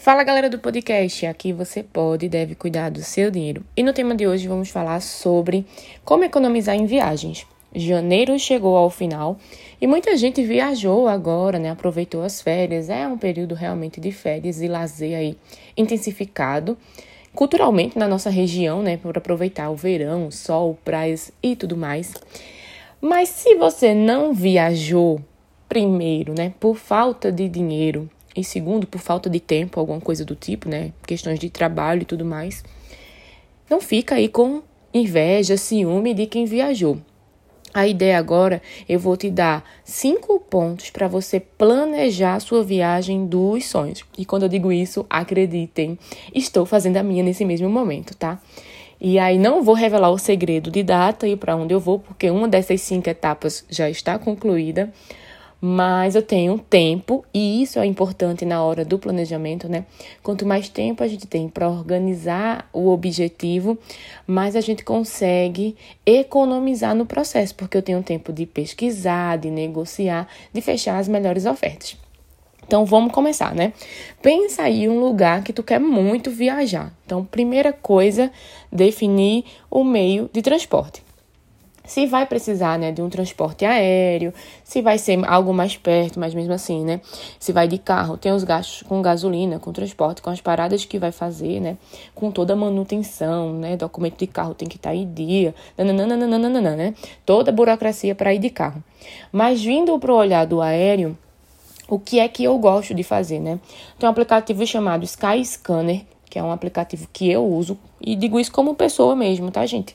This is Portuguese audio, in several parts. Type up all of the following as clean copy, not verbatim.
Fala, galera do podcast, aqui você pode e deve cuidar do seu dinheiro. E no tema de hoje vamos falar sobre como economizar em viagens. Janeiro chegou ao final e muita gente viajou agora, né? Aproveitou as férias, é um período realmente de férias e lazer aí intensificado culturalmente na nossa região, né? Por aproveitar o verão, o sol, praias e tudo mais. Mas se você não viajou, primeiro, né? Por falta de dinheiro, e segundo, por falta de tempo, alguma coisa do tipo, né? Questões de trabalho e tudo mais. Não fica aí com inveja, ciúme de quem viajou. A ideia agora, eu vou te dar 5 pontos para você planejar a sua viagem dos sonhos. E quando eu digo isso, acreditem, estou fazendo a minha nesse mesmo momento, tá? E aí não vou revelar o segredo de data e para onde eu vou, porque uma dessas 5 etapas já está concluída. Mas eu tenho tempo, e isso é importante na hora do planejamento, né? Quanto mais tempo a gente tem para organizar o objetivo, mais a gente consegue economizar no processo, porque eu tenho tempo de pesquisar, de negociar, de fechar as melhores ofertas. Então, vamos começar, né? Pensa aí um lugar que tu quer muito viajar. Então, primeira coisa, definir o meio de transporte. Se vai precisar, né, de um transporte aéreo, se vai ser algo mais perto, mas mesmo assim, né, se vai de carro, tem os gastos com gasolina, com transporte, com as paradas que vai fazer, né, com toda a manutenção, né, documento de carro tem que estar em dia, nananana, né, toda a burocracia para ir de carro. Mas vindo para o olhar do aéreo, o que é que eu gosto de fazer, né? Tem um aplicativo chamado Skyscanner, que é um aplicativo que eu uso, e digo isso como pessoa mesmo, tá, gente?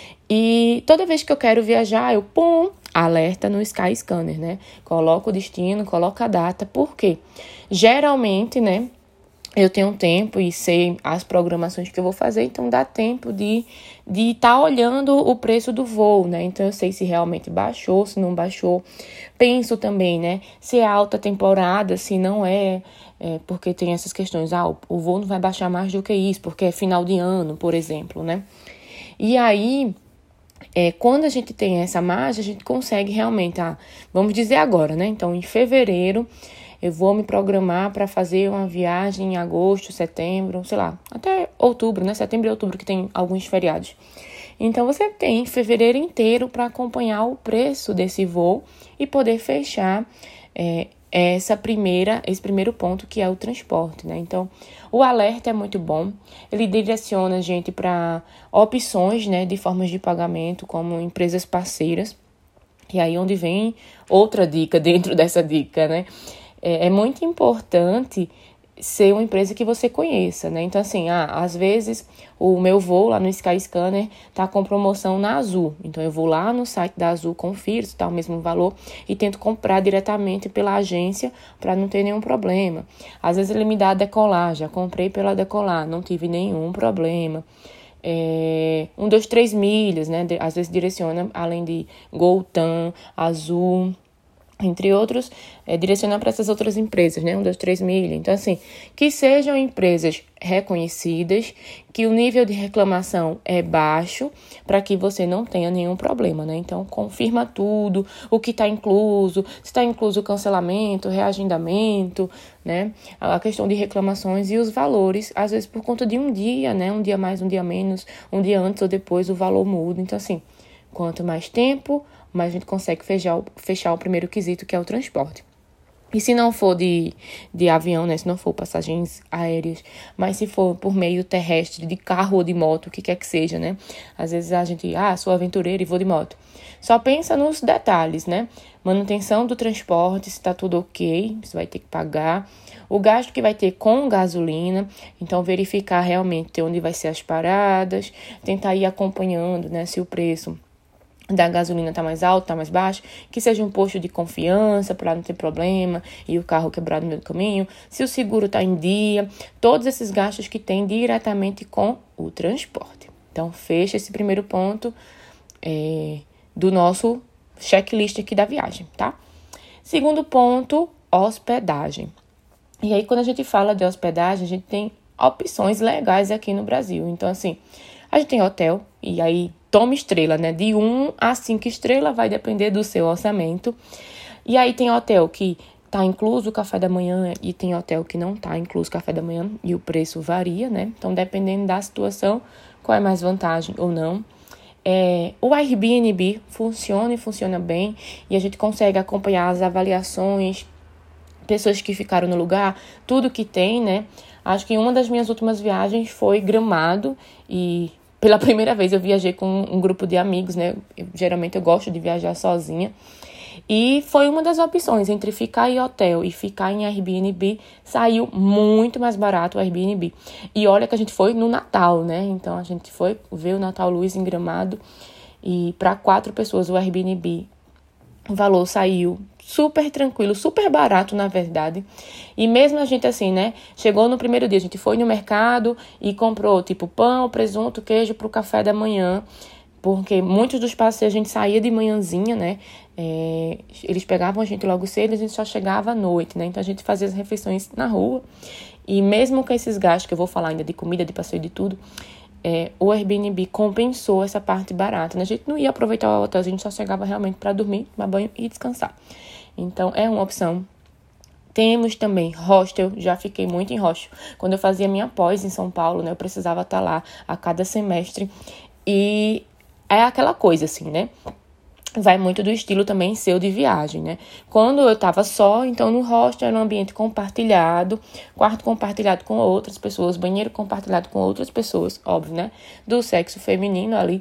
E toda vez que eu quero viajar, eu alerta no Skyscanner, né? Coloco o destino, coloco a data. Por quê? Geralmente, né, eu tenho tempo e sei as programações que eu vou fazer, então dá tempo de estar olhando o preço do voo, né? Então eu sei se realmente baixou, se não baixou. Penso também, né, se é alta temporada, se não é, porque tem essas questões. O voo não vai baixar mais do que isso, porque é final de ano, por exemplo, né? E aí, quando a gente tem essa margem, a gente consegue realmente, vamos dizer agora, né? Então, em fevereiro, eu vou me programar para fazer uma viagem em agosto, setembro, sei lá, até outubro, né? Setembro e outubro, que tem alguns feriados. Então, você tem fevereiro inteiro para acompanhar o preço desse voo e poder fechar esse primeiro ponto, que é o transporte, né? Então, o alerta é muito bom. Ele direciona a gente para opções, né, de formas de pagamento, como empresas parceiras. E aí onde vem outra dica dentro dessa dica, né? É muito importante ser uma empresa que você conheça, né? Então, assim, às vezes o meu voo lá no Skyscanner tá com promoção na Azul. Então, eu vou lá no site da Azul, confiro se tá o mesmo valor e tento comprar diretamente pela agência para não ter nenhum problema. Às vezes ele me dá a Decolar, já comprei pela Decolar, não tive nenhum problema. 1, 2, 3 milhas, né? Às vezes direciona, além de Gol, TAM, Azul, entre outros, direcionar para essas outras empresas, né? 1, 2, 3 milhas. Então, assim, que sejam empresas reconhecidas, que o nível de reclamação é baixo, para que você não tenha nenhum problema, né? Então, confirma tudo, o que está incluso, se está incluso o cancelamento, reagendamento, né? A questão de reclamações e os valores, às vezes por conta de um dia, né? Um dia mais, um dia menos, um dia antes ou depois o valor muda. Então, assim, quanto mais tempo, mais a gente consegue fechar o primeiro quesito, que é o transporte. E se não for de avião, né? Se não for passagens aéreas, mas se for por meio terrestre, de carro ou de moto, o que quer que seja, né? Às vezes a gente, sou aventureira e vou de moto. Só pensa nos detalhes, né? Manutenção do transporte, se tá tudo ok, você vai ter que pagar. O gasto que vai ter com gasolina, então verificar realmente onde vai ser as paradas, tentar ir acompanhando, né? Se o preço da gasolina tá mais alto, tá mais baixo, que seja um posto de confiança para não ter problema e o carro quebrado no meio do caminho, se o seguro tá em dia, todos esses gastos que tem diretamente com o transporte. Então, fecha esse primeiro ponto do nosso checklist aqui da viagem, tá? Segundo ponto, hospedagem. E aí, quando a gente fala de hospedagem, a gente tem opções legais aqui no Brasil. Então, assim, a gente tem hotel, e aí toma estrela, né? De 1 a 5 estrelas, vai depender do seu orçamento. E aí tem hotel que tá incluso o café da manhã e tem hotel que não tá incluso o café da manhã e o preço varia, né? Então, dependendo da situação, qual é mais vantagem ou não. O Airbnb funciona e funciona bem e a gente consegue acompanhar as avaliações, pessoas que ficaram no lugar, tudo que tem, né? Acho que uma das minhas últimas viagens foi Gramado e pela primeira vez eu viajei com um grupo de amigos, né? Geralmente eu gosto de viajar sozinha. E foi uma das opções entre ficar em hotel e ficar em Airbnb, saiu muito mais barato o Airbnb. E olha que a gente foi no Natal, né? Então a gente foi ver o Natal Luz em Gramado e para 4 pessoas o Airbnb, o valor saiu super tranquilo, super barato, na verdade. E mesmo a gente assim, né? Chegou no primeiro dia, a gente foi no mercado e comprou, tipo, pão, presunto, queijo pro café da manhã. Porque muitos dos passeios a gente saía de manhãzinha, né? Eles pegavam a gente logo cedo e a gente só chegava à noite, né? Então a gente fazia as refeições na rua. E mesmo com esses gastos, que eu vou falar ainda de comida, de passeio, de tudo, o Airbnb compensou essa parte barata, né? A gente não ia aproveitar o hotel, a gente só chegava realmente para dormir, tomar banho e descansar. Então, é uma opção. Temos também hostel, já fiquei muito em hostel. Quando eu fazia minha pós em São Paulo, né? Eu precisava estar lá a cada semestre. E é aquela coisa, assim, né? Vai muito do estilo também seu de viagem, né? Quando eu tava só, então no hostel era um ambiente compartilhado, quarto compartilhado com outras pessoas, banheiro compartilhado com outras pessoas, óbvio, né? Do sexo feminino ali.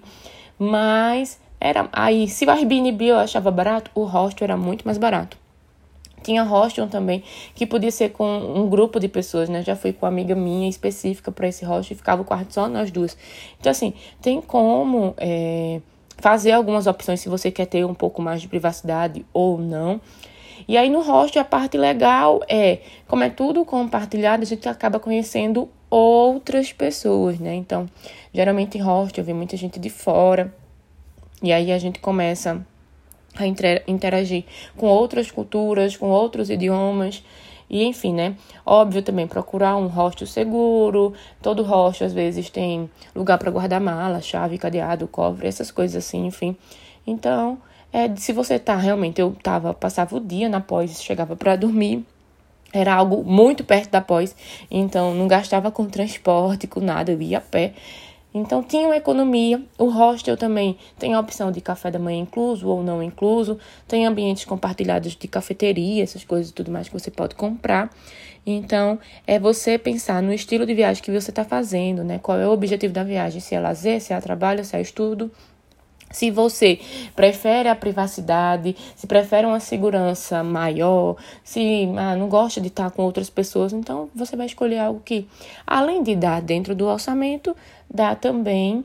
Mas aí, se o Airbnb eu achava barato, o hostel era muito mais barato. Tinha hostel também, que podia ser com um grupo de pessoas, né? Já fui com uma amiga minha específica para esse hostel e ficava o quarto só nós duas. Então, assim, tem como fazer algumas opções se você quer ter um pouco mais de privacidade ou não. E aí no hostel a parte legal como é tudo compartilhado, a gente acaba conhecendo outras pessoas, né? Então, geralmente em hostel vem muita gente de fora. E aí a gente começa a interagir com outras culturas, com outros idiomas. E enfim, né? Óbvio também procurar um hostel seguro. Todo hostel às vezes tem lugar para guardar mala, chave, cadeado, cofre, essas coisas assim, enfim. Então, se você realmente, passava o dia na pós, chegava para dormir. Era algo muito perto da pós, então não gastava com transporte, com nada, eu ia a pé. Então, tinha uma economia. O hostel também tem a opção de café da manhã incluso ou não incluso. Tem ambientes compartilhados de cafeteria, essas coisas e tudo mais que você pode comprar. Então, é você pensar no estilo de viagem que você está fazendo, né? Qual é o objetivo da viagem? Se é lazer, se é trabalho, se é estudo. Se você prefere a privacidade, se prefere uma segurança maior, se não gosta de estar com outras pessoas, então você vai escolher algo que, além de dar dentro do orçamento, dá também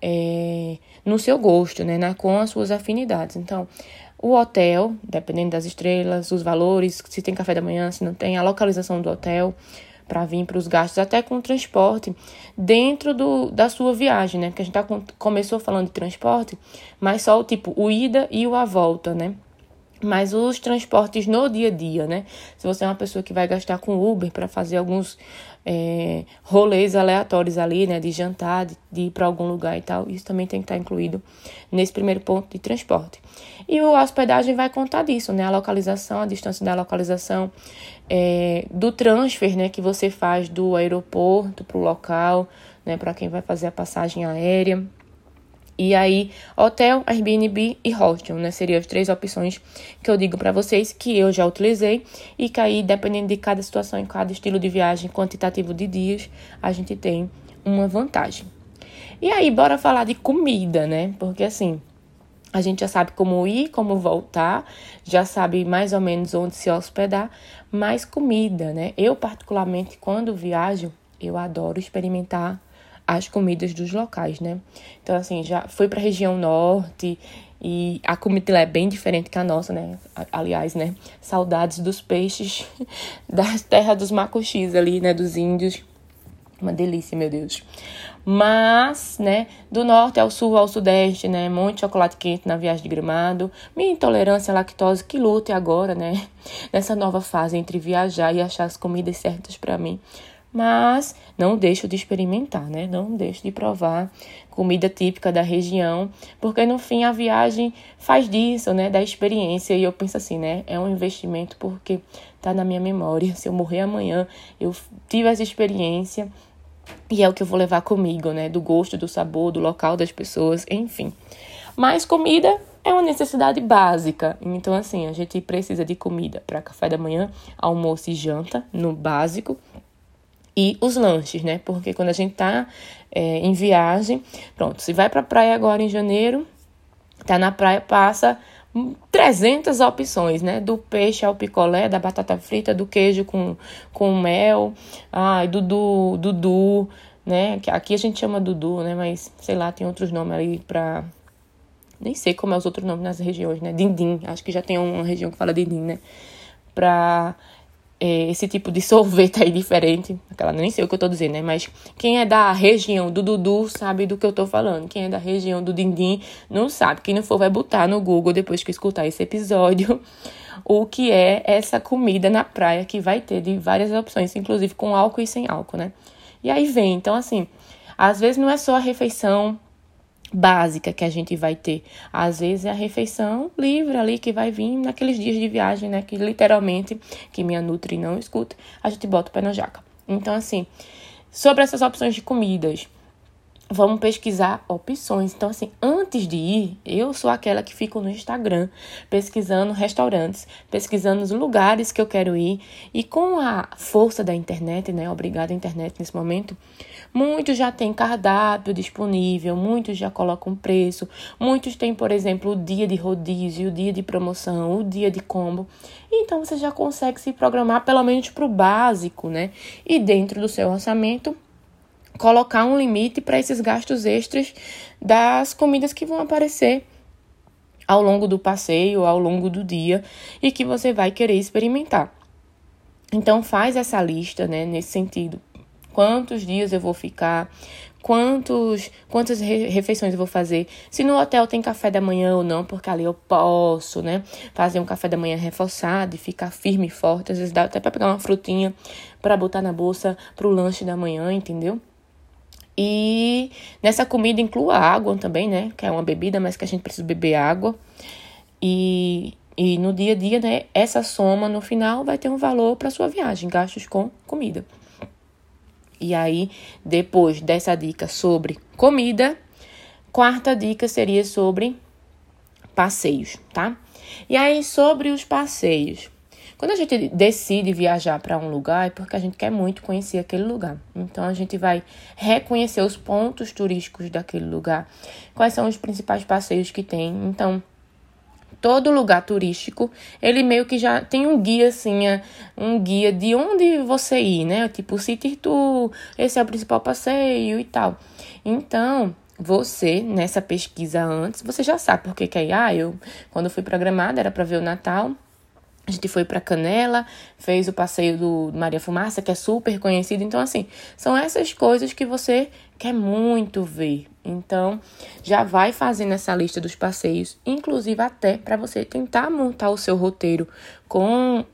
no seu gosto, né, com as suas afinidades. Então, o hotel, dependendo das estrelas, os valores, se tem café da manhã, se não tem, a localização do hotel, para vir para os gastos, até com o transporte, dentro da sua viagem, né? Porque a gente começou falando de transporte, mas só o ida e a volta, né? Mas os transportes no dia a dia, né? Se você é uma pessoa que vai gastar com Uber para fazer alguns rolês aleatórios ali, né? De jantar, de ir para algum lugar e tal, isso também tem que estar incluído nesse primeiro ponto de transporte. E a hospedagem vai contar disso, né? A localização, a distância da localização, do transfer, né? Que você faz do aeroporto para o local, né? Para quem vai fazer a passagem aérea. E aí, hotel, Airbnb e hostel, né? Seriam as 3 opções que eu digo para vocês, que eu já utilizei e que aí, dependendo de cada situação e cada estilo de viagem, quantitativo de dias, a gente tem uma vantagem. E aí, bora falar de comida, né? Porque assim, a gente já sabe como ir, como voltar, já sabe mais ou menos onde se hospedar, mas comida, né? Eu, particularmente, quando viajo, eu adoro experimentar as comidas dos locais, né? Então, assim, já fui para a região norte e a comida lá é bem diferente que a nossa, né? Aliás, né? Saudades dos peixes das terras dos macuxis ali, né? Dos índios. Uma delícia, meu Deus. Mas, né? Do norte ao sul, ao sudeste, né? Muito chocolate quente na viagem de Gramado. Minha intolerância à lactose que lute agora, né? Nessa nova fase entre viajar e achar as comidas certas para mim. mas não deixo de experimentar, né? Não deixo de provar comida típica da região, porque no fim a viagem faz disso, né? Da experiência, e eu penso assim, né? É um investimento porque tá na minha memória. Se eu morrer amanhã, eu tive essa experiência e é o que eu vou levar comigo, né? Do gosto, do sabor, do local, das pessoas, enfim. Mas comida é uma necessidade básica. Então, assim, a gente precisa de comida para café da manhã, almoço e janta, no básico. E os lanches, né? Porque quando a gente tá em viagem, pronto, se vai pra praia agora em janeiro, tá na praia, passa 300 opções, né? Do peixe ao picolé, da batata frita, do queijo com mel, dudu, né? Aqui a gente chama dudu, né? Mas, sei lá, tem outros nomes ali pra... Nem sei como é os outros nomes nas regiões, né? Dindim, acho que já tem uma região que fala dindim, né? Pra esse tipo de sorvete aí diferente. Aquela, nem sei o que eu tô dizendo, né? Mas quem é da região do dudu sabe do que eu tô falando. Quem é da região do dindim não sabe. Quem não for vai botar no Google depois que escutar esse episódio o que é essa comida na praia que vai ter de várias opções, inclusive com álcool e sem álcool, né? E aí vem, então assim, às vezes não é só a refeição básica que a gente vai ter. Às vezes é a refeição livre ali que vai vir naqueles dias de viagem, né? Que literalmente, que minha nutri não escuta, a gente bota o pé na jaca. Então, assim, sobre essas opções de comidas, vamos pesquisar opções. Então, assim, antes de ir, eu sou aquela que fico no Instagram pesquisando restaurantes, pesquisando os lugares que eu quero ir. E com a força da internet, né? Obrigada, internet, nesse momento. Muitos já têm cardápio disponível, muitos já colocam preço, muitos têm, por exemplo, o dia de rodízio, o dia de promoção, o dia de combo. Então, você já consegue se programar pelo menos para o básico, né? E dentro do seu orçamento, colocar um limite para esses gastos extras das comidas que vão aparecer ao longo do passeio, ao longo do dia e que você vai querer experimentar. Então, faz essa lista, né, nesse sentido. Quantos dias eu vou ficar, quantas refeições eu vou fazer, se no hotel tem café da manhã ou não, porque ali eu posso, né, fazer um café da manhã reforçado e ficar firme e forte, às vezes dá até para pegar uma frutinha para botar na bolsa pro lanche da manhã, entendeu? E nessa comida inclua água também, né, que é uma bebida, mas que a gente precisa beber água, e no dia a dia, né, essa soma no final vai ter um valor para sua viagem, gastos com comida. E aí, depois dessa dica sobre comida, quarta dica seria sobre passeios, tá? E aí, sobre os passeios. Quando a gente decide viajar para um lugar, é porque a gente quer muito conhecer aquele lugar. Então, a gente vai reconhecer os pontos turísticos daquele lugar. Quais são os principais passeios que tem. Então, todo lugar turístico, ele meio que já tem um guia, assim, um guia de onde você ir, né? Tipo, City Tour, esse é o principal passeio e tal. Então, você, nessa pesquisa antes, você já sabe por que quer ir. Quando fui programada, era para ver o Natal. A gente foi para Canela, fez o passeio do Maria Fumaça, que é super conhecido. Então, assim, são essas coisas que você quer muito ver. Então, já vai fazendo essa lista dos passeios, inclusive até para você tentar montar o seu roteiro com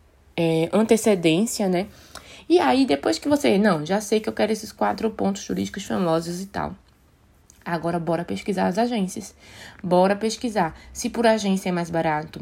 antecedência, né? E aí, depois que você... Não, já sei que eu quero esses 4 pontos turísticos famosos e tal. Agora, bora pesquisar as agências. Bora pesquisar se por agência é mais barato.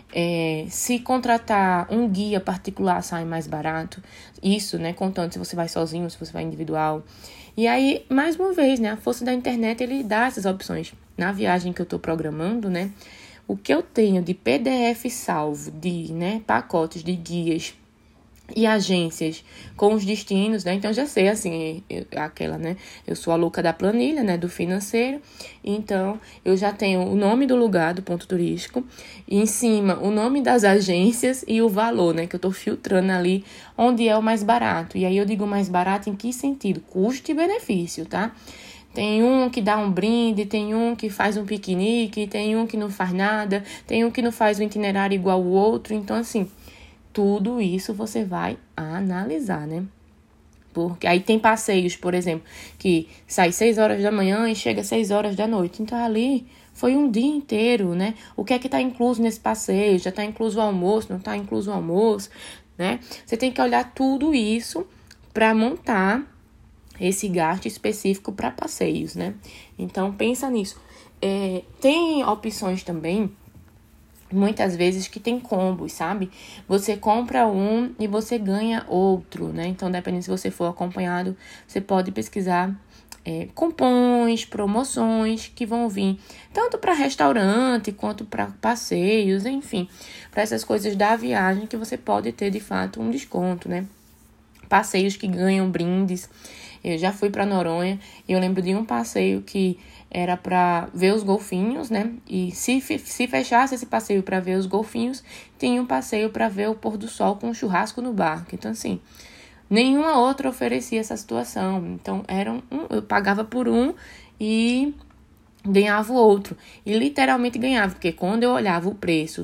Se contratar um guia particular sai mais barato. Isso, né? Contando se você vai sozinho, se você vai individual. E aí, mais uma vez, né? A força da internet, ele dá essas opções. Na viagem que eu tô programando, né? O que eu tenho de PDF salvo, de, né, pacotes de guias e agências com os destinos, né? Então, já sei, assim, aquela, né? Eu sou a louca da planilha, né? Do financeiro. Então, eu já tenho o nome do lugar, do ponto turístico. E em cima, o nome das agências e o valor, né? Que eu tô filtrando ali onde é o mais barato. E aí, eu digo mais barato em que sentido? Custo e benefício, tá? Tem um que dá um brinde, tem um que faz um piquenique, tem um que não faz nada, tem um que não faz um itinerário igual ao outro. Então, assim... Tudo isso você vai analisar, né? Porque aí tem passeios, por exemplo, que sai 6 horas da manhã e chega 6 horas da noite. Então, ali foi um dia inteiro, né? O que é que está incluso nesse passeio? Já está incluso o almoço? Não está incluso o almoço, né? Você tem que olhar tudo isso para montar esse gasto específico para passeios, né? Então, pensa nisso. Tem opções também, muitas vezes, que tem combos, sabe? Você compra um e você ganha outro, né? Então, dependendo se você for acompanhado, você pode pesquisar cupons, promoções que vão vir tanto para restaurante quanto para passeios, enfim, para essas coisas da viagem que você pode ter, de fato, um desconto, né? Passeios que ganham brindes. Eu já fui para Noronha e eu lembro de um passeio que era para ver os golfinhos, né? E se fechasse esse passeio para ver os golfinhos, tinha um passeio para ver o pôr do sol com um churrasco no barco. Então, assim, nenhuma outra oferecia essa situação. Então, eu pagava por um e ganhava o outro. E literalmente ganhava, porque quando eu olhava o preço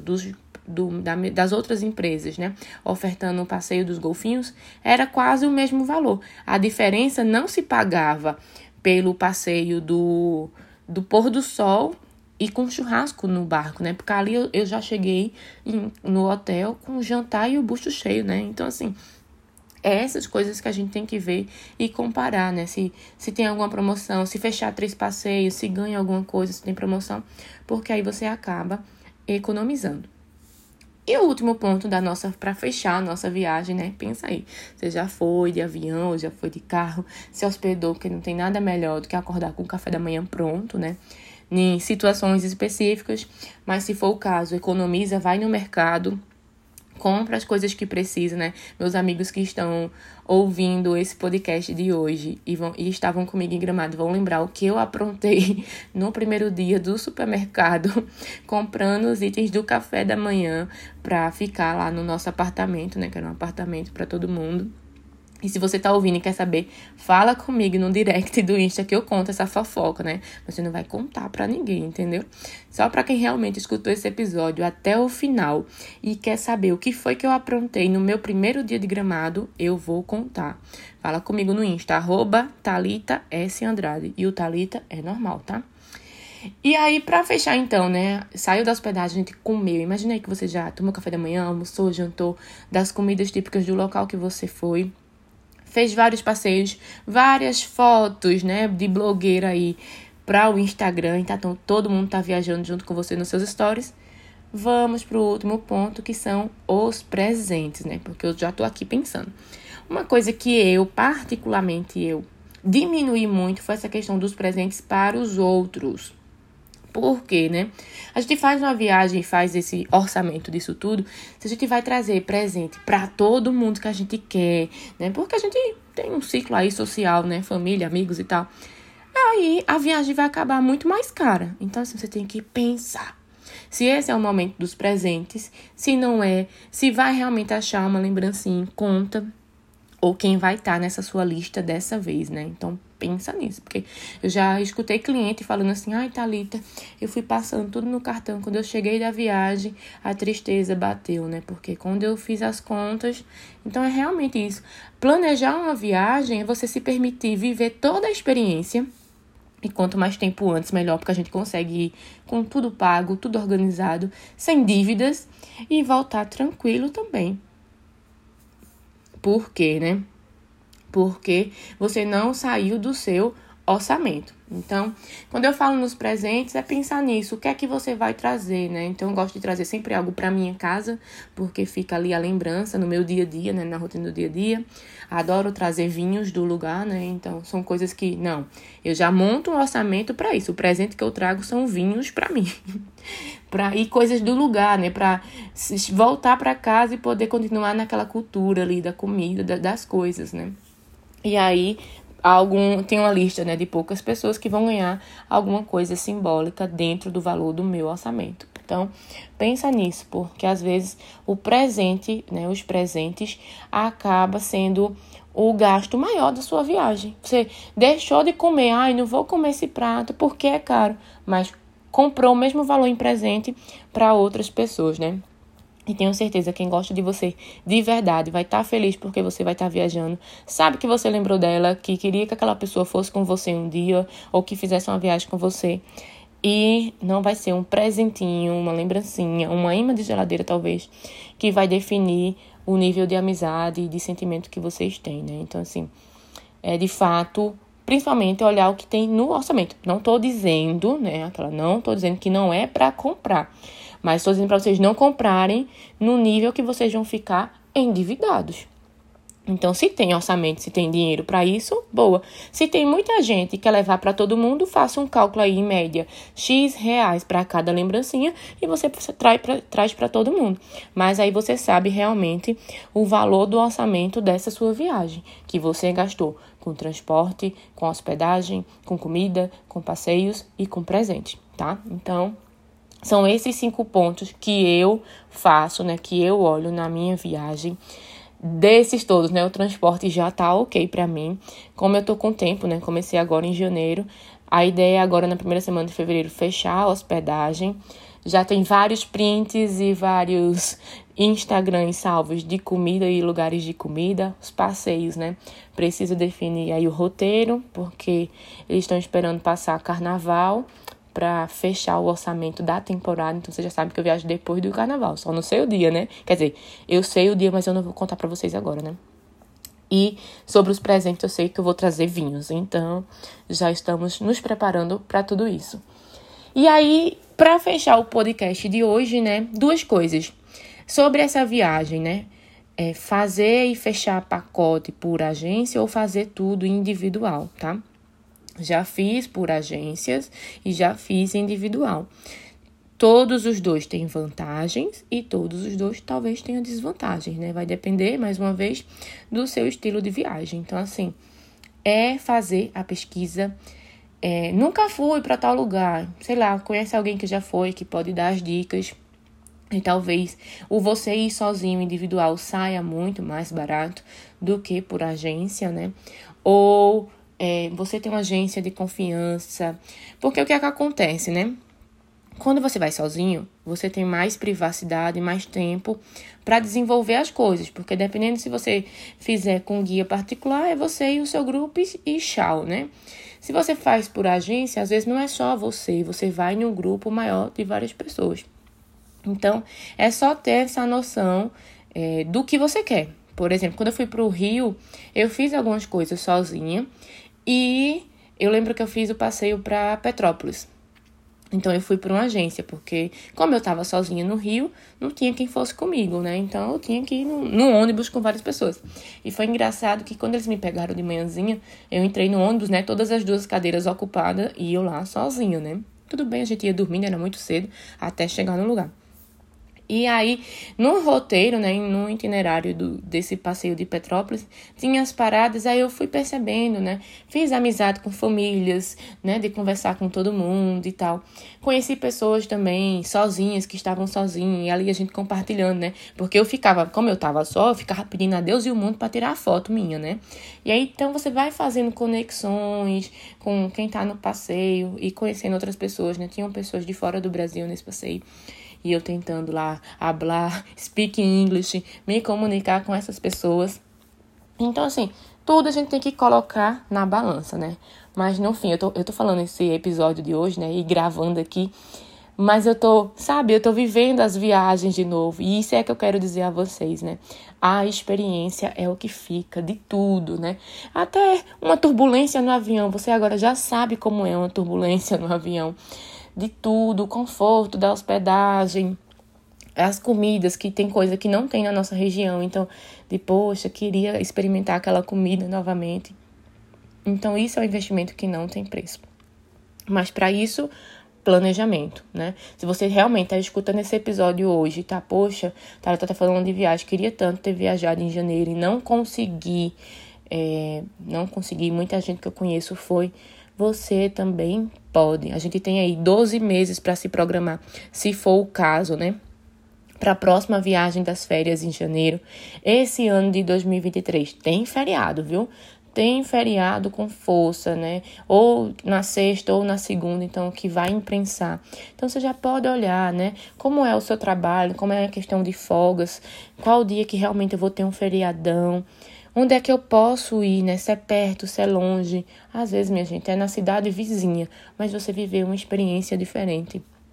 das outras empresas, né, ofertando o passeio dos golfinhos, era quase o mesmo valor. A diferença não se pagava pelo passeio do pôr do sol e com churrasco no barco, né? Porque ali eu já cheguei no hotel com o jantar e o bucho cheio, né? Então, assim, essas coisas que a gente tem que ver e comparar, né? Se tem alguma promoção, se fechar 3 passeios, se ganha alguma coisa, se tem promoção, porque aí você acaba economizando. E o último ponto para fechar a nossa viagem, né? Pensa aí, você já foi de avião, já foi de carro, se hospedou, porque não tem nada melhor do que acordar com o café da manhã pronto, né? Em situações específicas, mas se for o caso, economiza, vai no mercado, compra as coisas que precisa, né? Meus amigos que estão ouvindo esse podcast de hoje e estavam comigo em Gramado vão lembrar o que eu aprontei no primeiro dia do supermercado, comprando os itens do café da manhã para ficar lá no nosso apartamento, né? Que era um apartamento para todo mundo. E se você tá ouvindo e quer saber, fala comigo no direct do Insta que eu conto essa fofoca, né? Você não vai contar pra ninguém, entendeu? Só pra quem realmente escutou esse episódio até o final e quer saber o que foi que eu aprontei no meu primeiro dia de Gramado, eu vou contar. Fala comigo no Insta, @ThalitaSAndrade. E o Thalita é normal, tá? E aí, pra fechar então, né? Saiu da hospedagem, a gente comeu. Imagina aí que você já tomou café da manhã, almoçou, jantou, das comidas típicas do local que você foi. Fez vários passeios, várias fotos, né, de blogueira aí para o Instagram. Então, todo mundo tá viajando junto com você nos seus stories. Vamos pro último ponto, que são os presentes, né? Porque eu já tô aqui pensando. Uma coisa que particularmente, diminuí muito foi essa questão dos presentes para os outros. Por quê, né? A gente faz uma viagem e faz esse orçamento disso tudo, se a gente vai trazer presente para todo mundo que a gente quer, né? Porque a gente tem um ciclo aí social, né? Família, amigos e tal. Aí a viagem vai acabar muito mais cara. Então, assim, você tem que pensar se esse é o momento dos presentes, se não é, se vai realmente achar uma lembrancinha em conta, ou quem vai estar nessa sua lista dessa vez, né? Então, pensa nisso, porque eu já escutei cliente falando assim, ai, Thalita, eu fui passando tudo no cartão, quando eu cheguei da viagem, a tristeza bateu, né? Porque quando eu fiz as contas, então é realmente isso. Planejar uma viagem é você se permitir viver toda a experiência, e quanto mais tempo antes, melhor, porque a gente consegue ir com tudo pago, tudo organizado, sem dívidas, e voltar tranquilo também. Por quê, né? Porque você não saiu do seu orçamento. Então, quando eu falo nos presentes, é pensar nisso. O que é que você vai trazer, né? Então, eu gosto de trazer sempre algo para minha casa, porque fica ali a lembrança no meu dia a dia, né? Na rotina do dia a dia. Adoro trazer vinhos do lugar, né? Então, são coisas que, não, eu já monto um orçamento para isso. O presente que eu trago são vinhos para mim. E coisas do lugar, né? Para voltar para casa e poder continuar naquela cultura ali da comida, das coisas, né? E aí, tem uma lista, né, de poucas pessoas que vão ganhar alguma coisa simbólica dentro do valor do meu orçamento. Então, pensa nisso, porque às vezes o presente, né, os presentes, acaba sendo o gasto maior da sua viagem. Você deixou de comer, não vou comer esse prato porque é caro, mas comprou o mesmo valor em presente para outras pessoas, né? E tenho certeza, quem gosta de você de verdade vai estar feliz porque você vai estar viajando. Sabe que você lembrou dela, que queria que aquela pessoa fosse com você um dia ou que fizesse uma viagem com você. E não vai ser um presentinho, uma lembrancinha, uma imã de geladeira talvez, que vai definir o nível de amizade e de sentimento que vocês têm, né? Então, assim, de fato, principalmente olhar o que tem no orçamento. Não estou dizendo, né? Não estou dizendo que não é para comprar, mas estou dizendo para vocês não comprarem no nível que vocês vão ficar endividados. Então, se tem orçamento, se tem dinheiro para isso, boa. Se tem muita gente que quer levar para todo mundo, faça um cálculo aí, em média, X reais para cada lembrancinha e você traz para todo mundo. Mas aí você sabe realmente o valor do orçamento dessa sua viagem, que você gastou com transporte, com hospedagem, com comida, com passeios e com presente, tá? Então, são esses 5 pontos que eu faço, né, que eu olho na minha viagem. Desses todos, né, o transporte já tá ok pra mim. Como eu tô com tempo, né, comecei agora em janeiro. A ideia é agora, na primeira semana de fevereiro, fechar a hospedagem. Já tem vários prints e vários Instagrams salvos de comida e lugares de comida. Os passeios, né, preciso definir aí o roteiro, porque eles estão esperando passar carnaval para fechar o orçamento da temporada. Então, você já sabe que eu viajo depois do carnaval. Só não sei o dia, né? Quer dizer, eu sei o dia, mas eu não vou contar para vocês agora, né? E sobre os presentes, eu sei que eu vou trazer vinhos. Então, já estamos nos preparando para tudo isso. E aí, para fechar o podcast de hoje, né? 2 coisas. Sobre essa viagem, né? Fazer e fechar pacote por agência ou fazer tudo individual, tá? Já fiz por agências e já fiz individual. Todos os 2 têm vantagens e todos os 2 talvez tenham desvantagens, né? Vai depender, mais uma vez, do seu estilo de viagem. Então, assim, fazer a pesquisa. Nunca fui para tal lugar. Sei lá, conhece alguém que já foi, que pode dar as dicas. E talvez você ir sozinho, individual, saia muito mais barato do que por agência, né? Ou você tem uma agência de confiança. Porque o que é que acontece, né? Quando você vai sozinho, você tem mais privacidade, mais tempo para desenvolver as coisas. Porque dependendo se você fizer com guia particular, é você e o seu grupo e tchau, né? Se você faz por agência, às vezes não é só você vai em um grupo maior de várias pessoas. Então, é só ter essa noção do que você quer. Por exemplo, quando eu fui para o Rio, eu fiz algumas coisas sozinha. E eu lembro que eu fiz o passeio para Petrópolis. Então, eu fui por uma agência, porque como eu estava sozinha no Rio, não tinha quem fosse comigo, né? Então, eu tinha que ir no ônibus com várias pessoas. E foi engraçado que quando eles me pegaram de manhãzinha, eu entrei no ônibus, né? Todas as 2 cadeiras ocupadas e eu lá sozinha, né? Tudo bem, a gente ia dormindo, era muito cedo, até chegar no lugar. E aí, no roteiro, né, no itinerário desse passeio de Petrópolis, tinha as paradas, aí eu fui percebendo, né, fiz amizade com famílias, né, de conversar com todo mundo e tal. Conheci pessoas também sozinhas, que estavam sozinhas, e ali a gente compartilhando, né, porque como eu tava só, eu ficava pedindo a Deus e o mundo para tirar a foto minha, né. E aí, então, você vai fazendo conexões com quem tá no passeio e conhecendo outras pessoas, né, tinham pessoas de fora do Brasil nesse passeio. E eu tentando lá speak English, me comunicar com essas pessoas. Então, assim, tudo a gente tem que colocar na balança, né? Mas, no fim, eu tô falando esse episódio de hoje, né? E gravando aqui. Mas eu tô vivendo as viagens de novo. E isso é que eu quero dizer a vocês, né? A experiência é o que fica de tudo, né? Até uma turbulência no avião. Você agora já sabe como é uma turbulência no avião. De tudo, o conforto da hospedagem, as comidas, que tem coisa que não tem na nossa região. Então, poxa, queria experimentar aquela comida novamente. Então, isso é um investimento que não tem preço. Mas, para isso, planejamento, né? Se você realmente está escutando esse episódio hoje, tá? Poxa, tá falando de viagem, queria tanto ter viajado em janeiro e não consegui. Muita gente que eu conheço foi... Você também pode. A gente tem aí 12 meses para se programar, se for o caso, né? Para a próxima viagem das férias em janeiro. Esse ano de 2023 tem feriado, viu? Tem feriado com força, né? Ou na sexta ou na segunda, então, que vai imprensar. Então, você já pode olhar, né? Como é o seu trabalho, como é a questão de folgas, qual dia que realmente eu vou ter um feriadão. Onde é que eu posso ir, né? Se é perto, se é longe. Às vezes, minha gente, é na cidade vizinha, mas você viveu uma experiência diferente.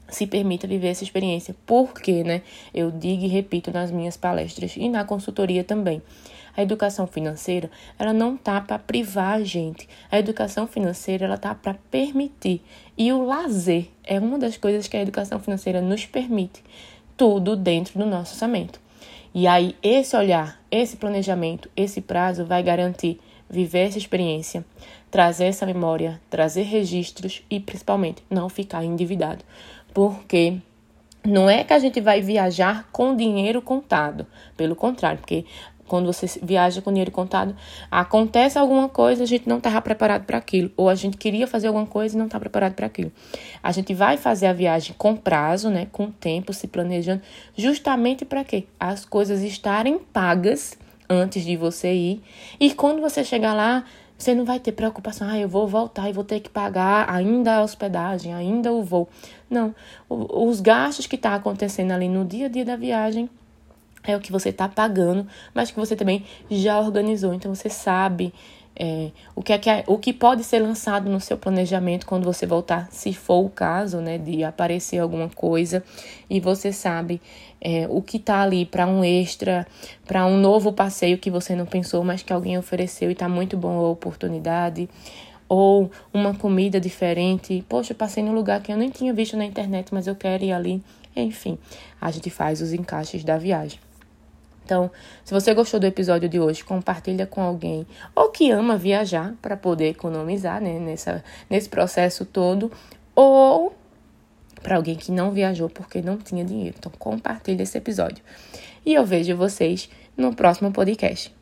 se permita viver essa experiência. Porque, né, eu digo e repito nas minhas palestras e na consultoria também, a educação financeira, ela não tá para privar a gente. A educação financeira, ela tá para permitir. E o lazer é uma das coisas que a educação financeira nos permite. Tudo dentro do nosso orçamento. E aí, esse olhar, esse planejamento, esse prazo vai garantir viver essa experiência, trazer essa memória, trazer registros e, principalmente, não ficar endividado. Porque não é que a gente vai viajar com dinheiro contado. Pelo contrário, porque quando você viaja com dinheiro contado, acontece alguma coisa, a gente não estava preparado para aquilo. Ou a gente queria fazer alguma coisa e não está preparado para aquilo. A gente vai fazer a viagem com prazo, né, com tempo, se planejando, justamente para quê? As coisas estarem pagas antes de você ir. E quando você chegar lá, você não vai ter preocupação, eu vou voltar e vou ter que pagar ainda a hospedagem, ainda o voo. Não, os gastos que estão acontecendo ali no dia a dia da viagem é o que você está pagando, mas que você também já organizou. Então, você sabe o que pode ser lançado no seu planejamento quando você voltar, se for o caso, né, de aparecer alguma coisa. E você sabe o que está ali para um extra, para um novo passeio que você não pensou, mas que alguém ofereceu e está muito bom a oportunidade. Ou uma comida diferente. Poxa, eu passei num lugar que eu nem tinha visto na internet, mas eu quero ir ali. Enfim, a gente faz os encaixes da viagem. Então, se você gostou do episódio de hoje, compartilha com alguém ou que ama viajar para poder economizar, né, nesse processo todo, ou para alguém que não viajou porque não tinha dinheiro. Então, compartilha esse episódio. E eu vejo vocês no próximo podcast.